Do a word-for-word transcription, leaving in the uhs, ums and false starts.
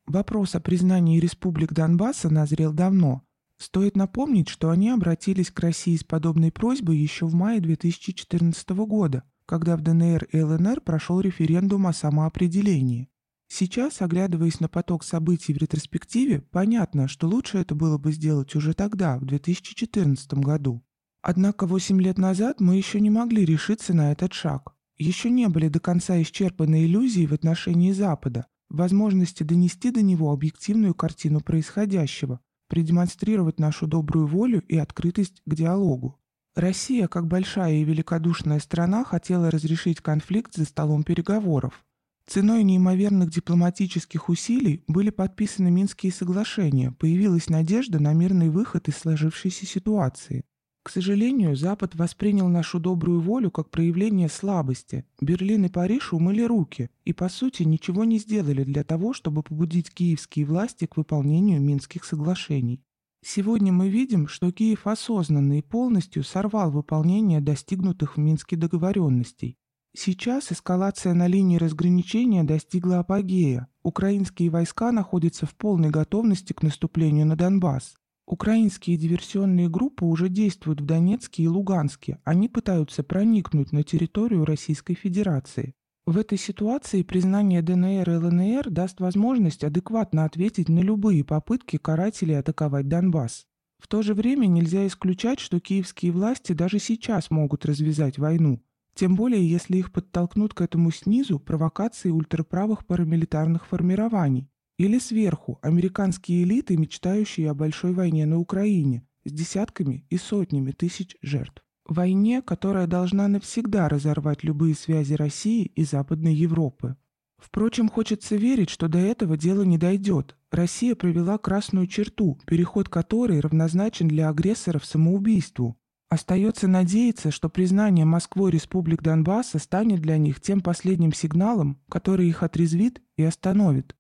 Вопрос о признании республик Донбасса назрел давно. Стоит напомнить, что они обратились к России с подобной просьбой еще в мае две тысячи четырнадцатого года, когда в ДНР и ЛНР прошел референдум о самоопределении. Сейчас, оглядываясь на поток событий в ретроспективе, понятно, что лучше это было бы сделать уже тогда, в две тысячи четырнадцатом году. Однако восемь лет назад мы еще не могли решиться на этот шаг. Еще не были до конца исчерпаны иллюзии в отношении Запада, возможности донести до него объективную картину происходящего, продемонстрировать нашу добрую волю и открытость к диалогу. Россия, как большая и великодушная страна, хотела разрешить конфликт за столом переговоров. Ценой неимоверных дипломатических усилий были подписаны Минские соглашения, появилась надежда на мирный выход из сложившейся ситуации. К сожалению, Запад воспринял нашу добрую волю как проявление слабости. Берлин и Париж умыли руки и, по сути, ничего не сделали для того, чтобы побудить киевские власти к выполнению Минских соглашений. Сегодня мы видим, что Киев осознанно и полностью сорвал выполнение достигнутых в Минске договоренностей. Сейчас эскалация на линии разграничения достигла апогея. Украинские войска находятся в полной готовности к наступлению на Донбасс. Украинские диверсионные группы уже действуют в Донецке и Луганске. Они пытаются проникнуть на территорию Российской Федерации. В этой ситуации признание ДНР и ЛНР даст возможность адекватно ответить на любые попытки карателей атаковать Донбасс. В то же время нельзя исключать, что киевские власти даже сейчас могут развязать войну. Тем более, если их подтолкнут к этому снизу провокации ультраправых парамилитарных формирований. Или сверху американские элиты, мечтающие о большой войне на Украине, с десятками и сотнями тысяч жертв. Войне, которая должна навсегда разорвать любые связи России и Западной Европы. Впрочем, хочется верить, что до этого дело не дойдет. Россия провела красную черту, переход которой равнозначен для агрессоров самоубийству. Остается надеяться, что признание Москвой республик Донбасса станет для них тем последним сигналом, который их отрезвит и остановит.